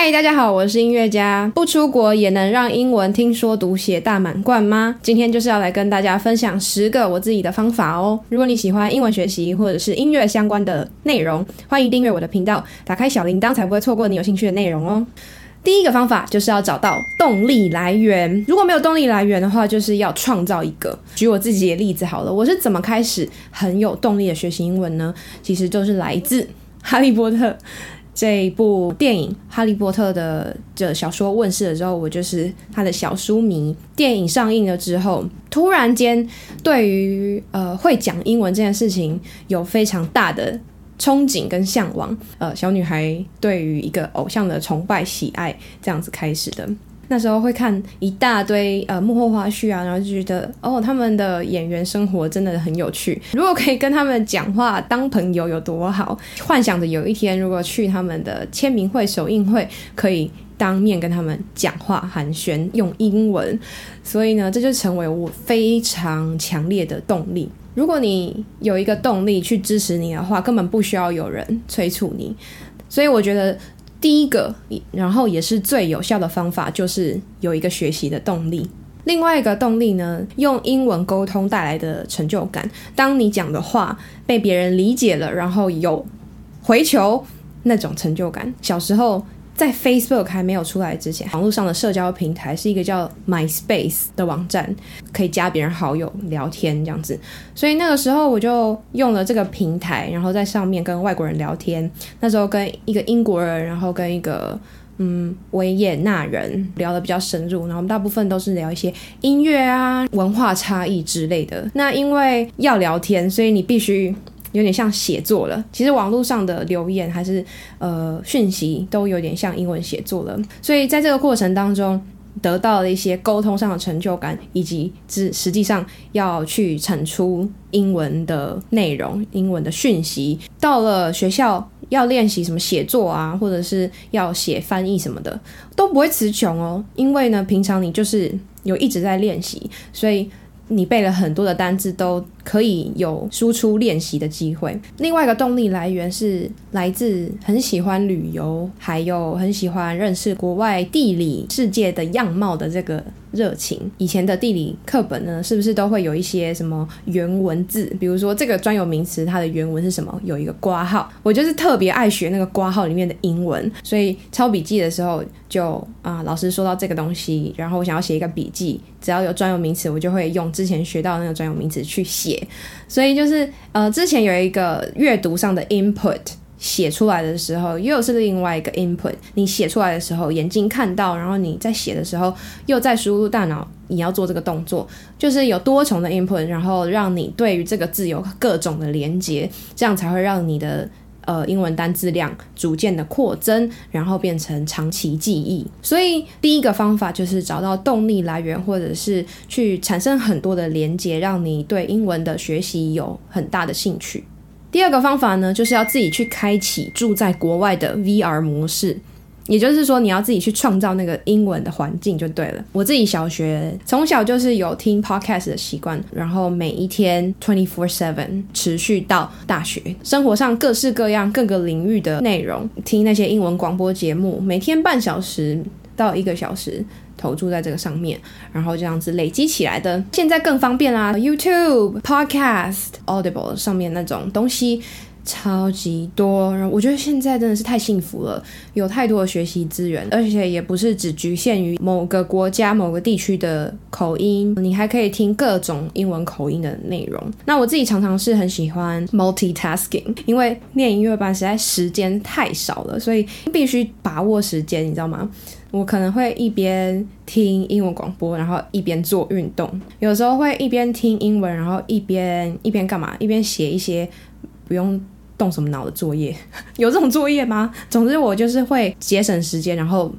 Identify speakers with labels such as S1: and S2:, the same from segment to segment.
S1: 嗨，大家好，我是音乐家。不出国也能让英文听说读写大满贯吗？今天就是要来跟大家分享10个我自己的方法哦。如果你喜欢英文学习或者是音乐相关的内容，欢迎订阅我的频道，打开小铃铛才不会错过你有兴趣的内容哦。第一个方法就是要找到动力来源，如果没有动力来源的话，就是要创造一个。举我自己的例子好了，我是怎么开始很有动力的学习英文呢？其实就是来自哈利波特这部电影。哈利波特的小说问世的时候，我就是他的小书迷。电影上映了之后，突然间对于会讲英文这件事情有非常大的憧憬跟向往，小女孩对于一个偶像的崇拜喜爱，这样子开始的。那时候会看一大堆幕后花絮啊，然后就觉得他们的演员生活真的很有趣，如果可以跟他们讲话当朋友有多好。幻想着有一天如果去他们的签名会首映会，可以当面跟他们讲话寒暄用英文。所以呢，这就成为我非常强烈的动力。如果你有一个动力去支持你的话，根本不需要有人催促你。所以我觉得第一个，然后也是最有效的方法，就是有一个学习的动力。另外一个动力呢，用英文沟通带来的成就感。当你讲的话被别人理解了，然后有回球，那种成就感。小时候在 Facebook 还没有出来之前，网络上的社交平台是一个叫 MySpace 的网站，可以加别人好友聊天这样子。所以那个时候我就用了这个平台，然后在上面跟外国人聊天。那时候跟一个英国人，然后跟一个维也纳人聊得比较深入，然后我们大部分都是聊一些音乐啊、文化差异之类的。那因为要聊天，所以你必须有点像写作了。其实网络上的留言还是讯息都有点像英文写作了。所以在这个过程当中得到了一些沟通上的成就感，以及实际上要去产出英文的内容、英文的讯息。到了学校要练习什么写作啊，或者是要写翻译什么的，都不会词穷哦。因为呢，平常你就是有一直在练习，所以你背了很多的单字，都可以有输出练习的机会。另外一个动力来源是来自很喜欢旅游，还有很喜欢认识国外地理世界的样貌的这个热情。以前的地理课本呢，是不是都会有一些什么原文字，比如说这个专有名词它的原文是什么，有一个括号。我就是特别爱学那个括号里面的英文，所以抄笔记的时候就老师说到这个东西，然后我想要写一个笔记，只要有专有名词我就会用之前学到的那个专有名词去写。所以就是之前有一个阅读上的 input， 写出来的时候又是另外一个 input。 你写出来的时候眼睛看到，然后你在写的时候又在输入大脑你要做这个动作，就是有多重的 input， 然后让你对于这个字有各种的连结，这样才会让你的英文单字量逐渐的扩增，然后变成长期记忆。所以第一个方法就是找到动力来源，或者是去产生很多的连结，让你对英文的学习有很大的兴趣。第二个方法呢，就是要自己去开启住在国外的 VR 模式。也就是说你要自己去创造那个英文的环境就对了。我自己从小就是有听 podcast 的习惯，然后每一天 24/7 持续到大学，生活上各式各样各个领域的内容，听那些英文广播节目，每天半小时到1个小时投注在这个上面，然后这样子累积起来的。现在更方便啦， YouTube Podcast、Audible 上面那种东西超级多。然后我觉得现在真的是太幸福了，有太多的学习资源，而且也不是只局限于某个国家某个地区的口音，你还可以听各种英文口音的内容。那我自己常常是很喜欢 multitasking， 因为念音乐班实在时间太少了，所以必须把握时间，你知道吗？我可能会一边听英文广播，然后一边做运动，有时候会一边听英文，然后一边干嘛？一边写一些不用动什么脑的作业。有这种作业吗？总之我就是会节省时间，然后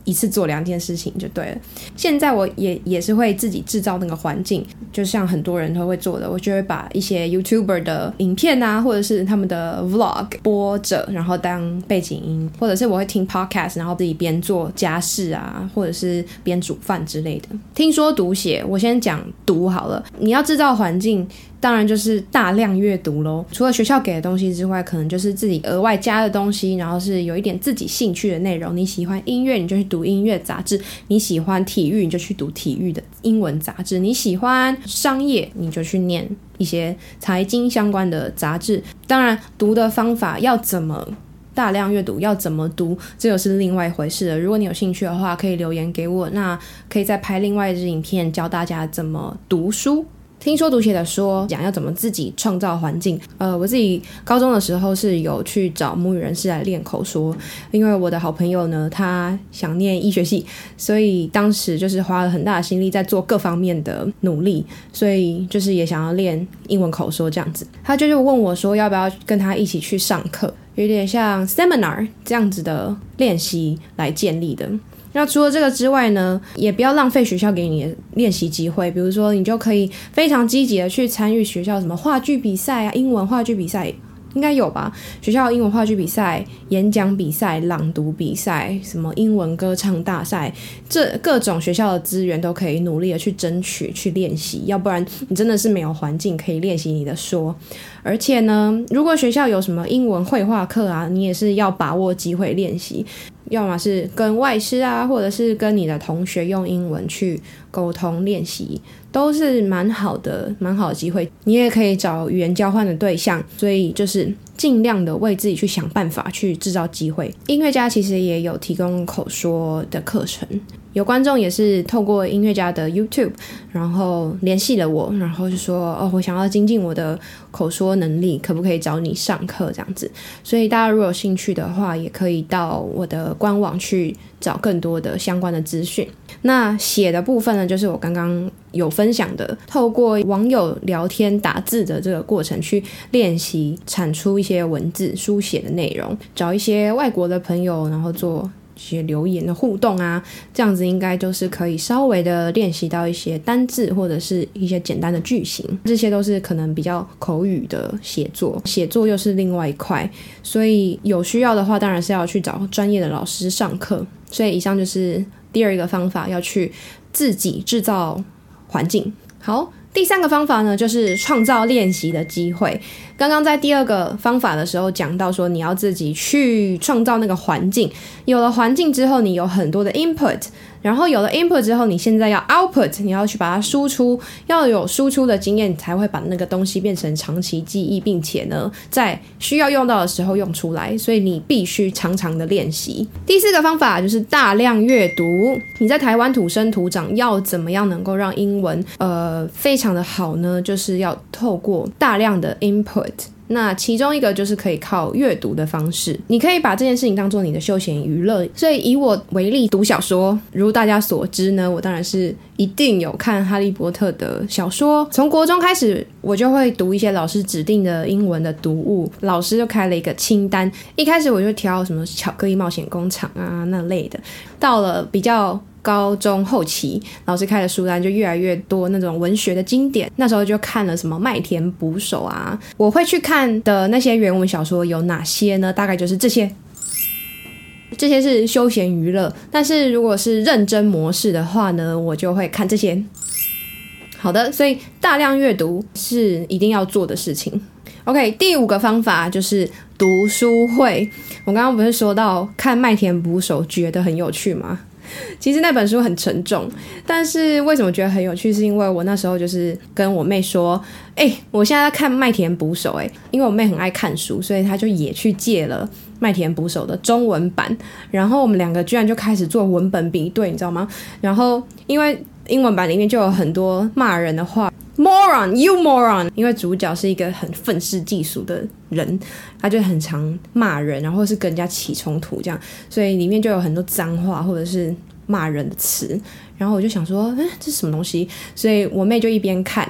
S1: 一次做2件事情就对了。现在我也是会自己制造那个环境，就像很多人都会做的，我就会把一些 YouTuber 的影片啊，或者是他们的 Vlog 播着，然后当背景音，或者是我会听 Podcast， 然后自己边做家事啊，或者是边煮饭之类的。听说读写，我先讲读好了。你要制造环境，当然就是大量阅读咯。除了学校给的东西之外，可能就是自己额外加的东西，然后是有一点自己兴趣的内容。你喜欢音乐，你就去读音乐杂志；你喜欢体育，你就去读体育的英文杂志；你喜欢商业，你就去念一些财经相关的杂志。当然，读的方法要怎么大量阅读，要怎么读，这又是另外一回事了。如果你有兴趣的话，可以留言给我，那可以再拍另外一支影片教大家怎么读书。听说读写的说讲要怎么自己创造环境。我自己高中的时候是有去找母语人士来练口说，因为我的好朋友呢，他想念医学系，所以当时就是花了很大的心力在做各方面的努力，所以就是也想要练英文口说这样子。他就是问我说要不要跟他一起去上课，有点像 seminar 这样子的练习来建立的。那除了这个之外呢，也不要浪费学校给你的练习机会，比如说你就可以非常积极的去参与学校什么话剧比赛啊，英文话剧比赛应该有吧，学校英文话剧比赛、演讲比赛、朗读比赛，什么英文歌唱大赛，这各种学校的资源都可以努力的去争取去练习，要不然你真的是没有环境可以练习你的说。而且呢，如果学校有什么英文绘画课啊，你也是要把握机会练习，要么是跟外师啊，或者是跟你的同学用英文去沟通练习，都是蛮好的机会。你也可以找语言交换的对象，所以就是尽量的为自己去想办法去制造机会。音乐家其实也有提供口说的课程，有观众也是透过音乐家的 YouTube 然后联系了我，然后就说我想要精进我的口说能力，可不可以找你上课这样子。所以大家如果有兴趣的话，也可以到我的官网去找更多的相关的资讯。那写的部分呢，就是我刚刚有分享的，透过网友聊天打字的这个过程去练习产出一些文字书写的内容，找一些外国的朋友，然后做一些留言的互动啊，这样子应该就是可以稍微的练习到一些单字或者是一些简单的句型，这些都是可能比较口语的写作又是另外一块，所以有需要的话当然是要去找专业的老师上课。所以以上就是第二个方法，要去自己制造环境。好，第三个方法呢，就是创造练习的机会。刚刚在第二个方法的时候讲到说，你要自己去创造那个环境，有了环境之后，你有很多的 input， 然后有了 input 之后，你现在要 output， 你要去把它输出，要有输出的经验，你才会把那个东西变成长期记忆，并且呢，在需要用到的时候用出来，所以你必须常常的练习。第四个方法就是大量阅读。你在台湾土生土长，要怎么样能够让英文非常的好呢？就是要透过大量的 input。那其中一个就是可以靠阅读的方式，你可以把这件事情当做你的休闲娱乐。所以以我为例，读小说，如大家所知呢，我当然是一定有看哈利波特的小说。从国中开始，我就会读一些老师指定的英文的读物，老师就开了一个清单，一开始我就挑什么巧克力冒险工厂啊那类的，到了比较高中后期，老师开的书单就越来越多那种文学的经典，那时候就看了什么麦田捕手啊。我会去看的那些原文小说有哪些呢？大概就是这些是休闲娱乐，但是如果是认真模式的话呢，我就会看这些。好的，所以大量阅读是一定要做的事情。OK， 第五个方法就是读书会。我刚刚不是说到看麦田捕手觉得很有趣吗？其实那本书很沉重，但是为什么觉得很有趣，是因为我那时候就是跟我妹说我现在在看麦田捕手因为我妹很爱看书，所以她就也去借了麦田捕手的中文版，然后我们两个居然就开始做文本比对，你知道吗？然后因为英文版里面就有很多骂人的话，moron you moron， 因为主角是一个很愤世嫉俗的人，他就很常骂人，然后是跟人家起冲突这样，所以里面就有很多脏话或者是骂人的词。然后我就想说这是什么东西，所以我妹就一边看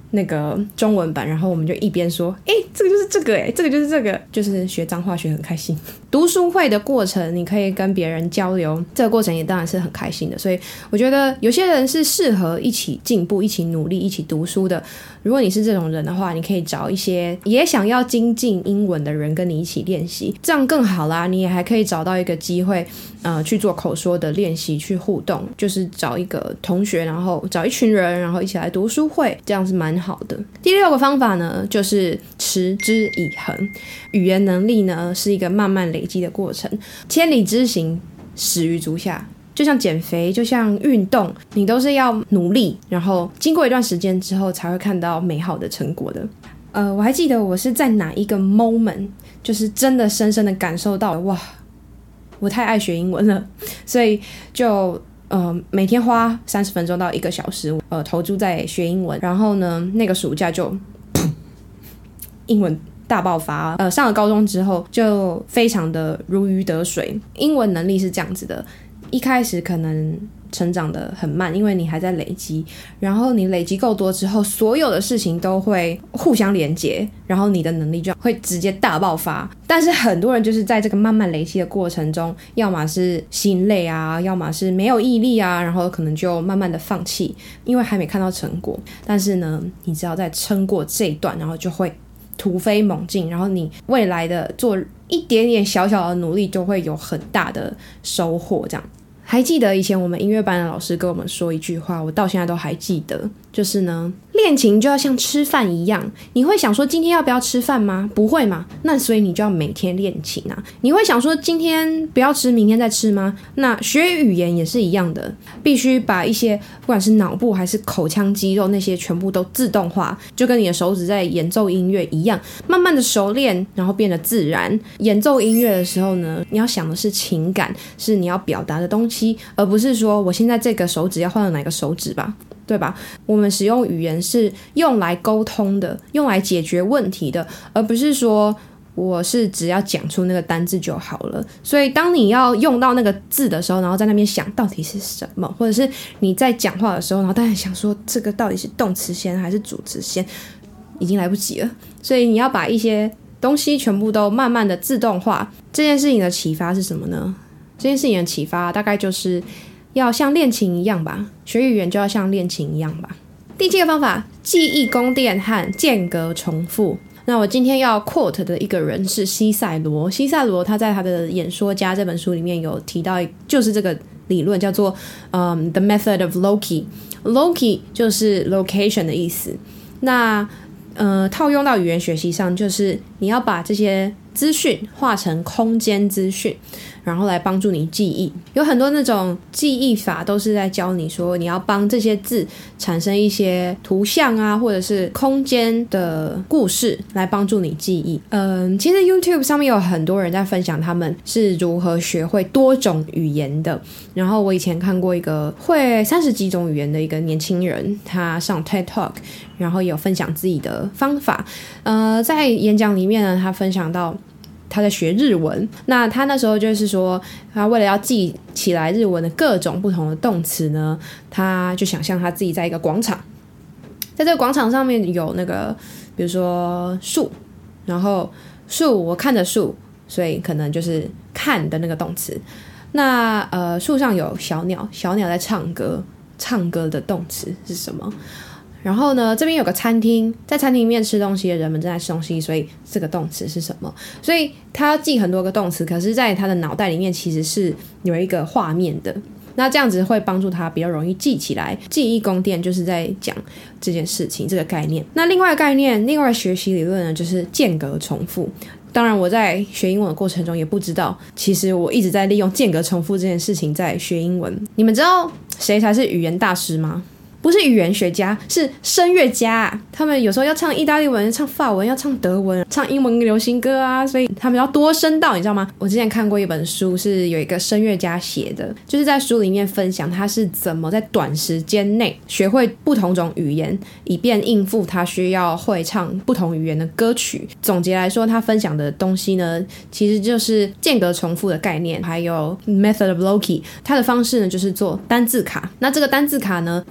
S1: 那个中文版，然后我们就一边说这个就是这个这个就是这个，就是学脏话学很开心。读书会的过程你可以跟别人交流，这个过程也当然是很开心的，所以我觉得有些人是适合一起进步一起努力一起读书的。如果你是这种人的话，你可以找一些也想要精进英文的人跟你一起练习，这样更好啦。你也还可以找到一个机会去做口说的练习，去互动，就是找一个同学，然后找一群人，然后一起来读书会，这样是蛮好的。第6个方法呢，就是持之以恒。语言能力呢是一个慢慢累积的过程，千里之行始于足下，就像减肥就像运动，你都是要努力，然后经过一段时间之后才会看到美好的成果的。我还记得我是在哪一个 moment 就是真的深深的感受到哇，我太爱学英文了，所以就每天花30分钟到1个小时投注在学英文。然后呢那个暑假就英文大爆发，上了高中之后就非常的如鱼得水。英文能力是这样子的，一开始可能成长得很慢，因为你还在累积，然后你累积够多之后，所有的事情都会互相连结，然后你的能力就会直接大爆发。但是很多人就是在这个慢慢累积的过程中，要么是心累啊，要么是没有毅力啊，然后可能就慢慢的放弃，因为还没看到成果。但是呢，你只要再撑过这一段，然后就会突飞猛进，然后你未来的做一点点小小的努力就会有很大的收获。这样还记得以前我们音乐班的老师跟我们说一句话，我到现在都还记得，就是呢，练琴就要像吃饭一样，你会想说今天要不要吃饭吗？不会嘛，那所以你就要每天练琴啊。你会想说今天不要吃明天再吃吗？那学语言也是一样的，必须把一些不管是脑部还是口腔肌肉那些全部都自动化，就跟你的手指在演奏音乐一样，慢慢的熟练，然后变得自然。演奏音乐的时候呢，你要想的是情感，是你要表达的东西，而不是说我现在这个手指要换到哪个手指吧，对吧？我们使用语言是用来沟通的，用来解决问题的，而不是说我是只要讲出那个单字就好了。所以当你要用到那个字的时候，然后在那边想到底是什么，或者是你在讲话的时候，然后当然想说这个到底是动词先还是主词先，已经来不及了。所以你要把一些东西全部都慢慢的自动化。这件事情的启发是什么呢？这件事情的启发大概就是要像练琴一样吧，学语言就要像练琴一样吧。第7个方法，记忆宫殿和间隔重复。那我今天要 quote 的一个人是西塞罗。西塞罗他在他的演说家这本书里面有提到，就是这个理论叫做The Method of Loci。Loci 就是 location 的意思。那套用到语言学习上，就是你要把这些资讯化成空间资讯，然后来帮助你记忆。有很多那种记忆法都是在教你说，你要帮这些字产生一些图像啊，或者是空间的故事来帮助你记忆。其实 YouTube 上面有很多人在分享他们是如何学会多种语言的。然后我以前看过一个会30几种语言的一个年轻人，他上 TED Talk， 然后也有分享自己的方法。在演讲里面呢，他分享到他在学日文，那他那时候就是说，他为了要记起来日文的各种不同的动词呢，他就想象他自己在一个广场，在这个广场上面有那个比如说树，然后树我看着树，所以可能就是看的那个动词。那树上有小鸟，小鸟在唱歌，唱歌的动词是什么？然后呢，这边有个餐厅，在餐厅里面吃东西的人们正在吃东西，所以这个动词是什么？所以他要记很多个动词，可是在他的脑袋里面其实是有一个画面的。那这样子会帮助他比较容易记起来。记忆宫殿就是在讲这件事情，这个概念。那另外的概念，另外的学习理论呢，就是间隔重复。当然我在学英文的过程中也不知道，其实我一直在利用间隔重复这件事情在学英文。你们知道谁才是语言大师吗？不是语言学家，是声乐家。他们有时候要唱意大利文，唱法文，要唱德文，唱英文流行歌啊，所以他们要多声道，你知道吗？我之前看过一本书，是有一个声乐家写的，就是在书里面分享他是怎么在短时间内学会不同种语言，以便应付他需要会唱不同语言的歌曲。总结来说，他分享的东西呢，其实就是间隔重复的概念，还有 Method of Loci。他的方式呢，就是做单字卡。那这个单字卡呢，一定要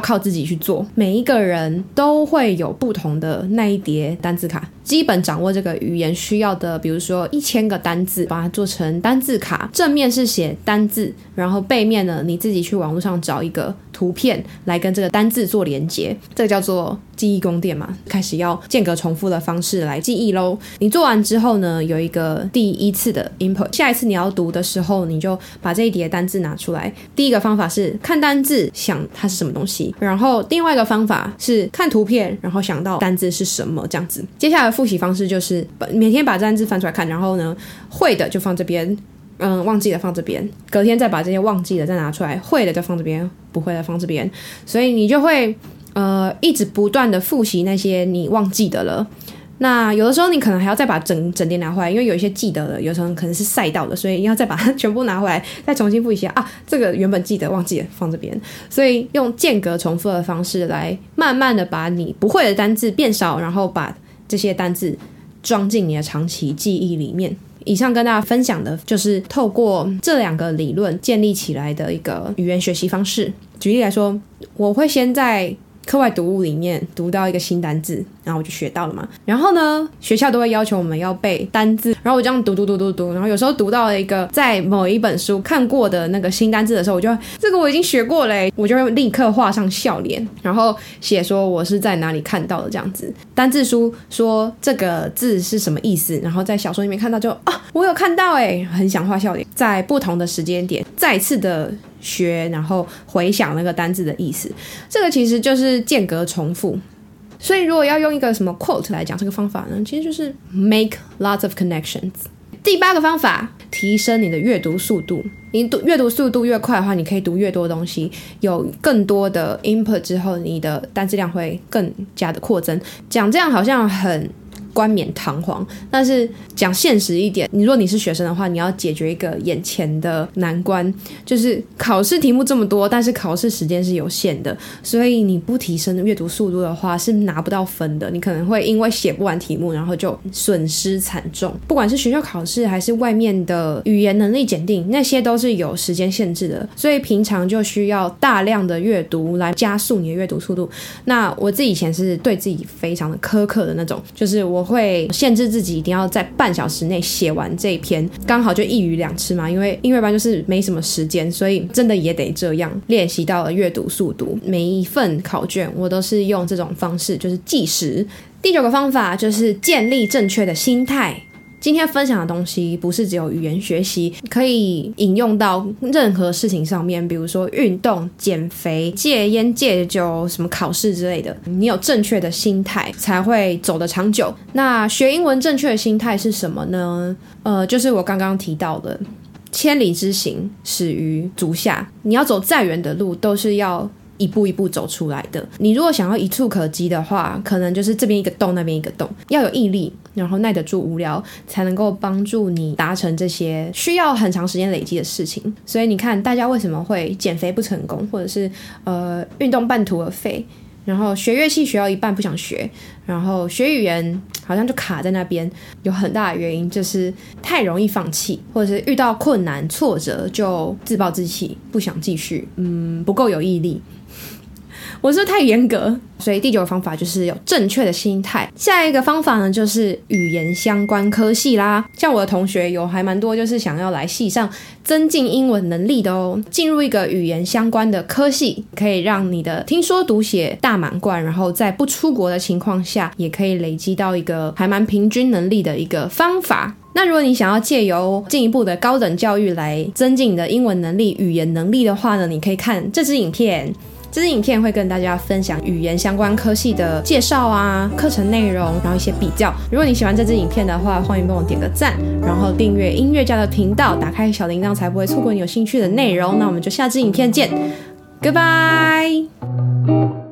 S1: 靠自己去做。每一个人都会有不同的那一叠单字卡，基本掌握这个语言需要的，比如说1000个单字，把它做成单字卡，正面是写单字，然后背面呢你自己去网络上找一个图片来跟这个单字做连结，这个叫做记忆宫殿嘛，开始要间隔重复的方式来记忆咯。你做完之后呢，有一个第一次的 input， 下一次你要读的时候，你就把这一叠单字拿出来。第一个方法是看单字想它是什么东西，然后另外一个方法是看图片然后想到单字是什么，这样子。接下来的复习方式就是每天把单字翻出来看，然后呢会的就放这边，忘记了放这边，隔天再把这些忘记的再拿出来，会的就放这边，不会的放这边，所以你就会一直不断的复习那些你忘记的了。那有的时候你可能还要再把整叠拿回来，因为有一些记得的，有时候可能是晒到的，所以要再把它全部拿回来，再重新复习一下啊，这个原本记得忘记了放这边。所以用间隔重复的方式来慢慢的把你不会的单字变少，然后把这些单字装进你的长期记忆里面。以上跟大家分享的就是透过这2个理论建立起来的一个语言学习方式。举例来说，我会先在课外读物里面读到一个新单字，然后我就学到了嘛。然后呢，学校都会要求我们要背单字，然后我这样读，然后有时候读到了一个在某一本书看过的那个新单字的时候，我就这个我已经学过了，我就会立刻画上笑脸，然后写说我是在哪里看到的这样子。单字书说这个字是什么意思，然后在小说里面看到就我有看到很想画笑脸。在不同的时间点再次的学，然后回想那个单字的意思，这个其实就是间隔重复。所以如果要用一个什么 quote 来讲这个方法呢，其实就是 make lots of connections。 第8个方法，提升你的阅读速度。你阅读速度越快的话，你可以读越多东西，有更多的 input 之后，你的单字量会更加的扩增。讲这样好像很冠冕堂皇，但是讲现实一点，如果你是学生的话，你要解决一个眼前的难关，就是考试题目这么多，但是考试时间是有限的，所以你不提升阅读速度的话是拿不到分的。你可能会因为写不完题目，然后就损失惨重。不管是学校考试还是外面的语言能力检定，那些都是有时间限制的，所以平常就需要大量的阅读来加速你的阅读速度。那我自己以前是对自己非常的苛刻的那种，就是我会限制自己一定要在半小时内写完这一篇，刚好就一鱼两吃嘛，因为音乐班就是没什么时间，所以真的也得这样练习到了阅读速度。每一份考卷我都是用这种方式，就是计时。第9个方法就是建立正确的心态。今天分享的东西不是只有语言学习，可以引用到任何事情上面，比如说运动、减肥、戒烟戒酒、什么考试之类的。你有正确的心态才会走得长久。那学英文正确的心态是什么呢？就是我刚刚提到的，千里之行始于足下。你要走再远的路都是要一步一步走出来的。你如果想要一触可及的话，可能就是这边一个洞那边一个洞，要有毅力，然后耐得住无聊，才能够帮助你达成这些需要很长时间累积的事情。所以你看大家为什么会减肥不成功，或者是运动半途而废，然后学乐器学到一半不想学，然后学语言好像就卡在那边，有很大的原因就是太容易放弃，或者是遇到困难挫折就自暴自弃，不想继续，不够有毅力。我是不是太严格？所以第9个方法就是有正确的心态。下一个方法呢，就是语言相关科系啦。像我的同学有还蛮多就是想要来系上增进英文能力的哦。进入一个语言相关的科系，可以让你的听说读写大满贯，然后在不出国的情况下，也可以累积到一个还蛮平均能力的一个方法。那如果你想要借由进一步的高等教育来增进你的英文能力、语言能力的话呢，你可以看这支影片。这支影片会跟大家分享语言相关科系的介绍啊、课程内容，然后一些比较。如果你喜欢这支影片的话，欢迎帮我点个赞，然后订阅音乐家的频道，打开小铃铛才不会错过你有兴趣的内容。那我们就下支影片见 ，Goodbye。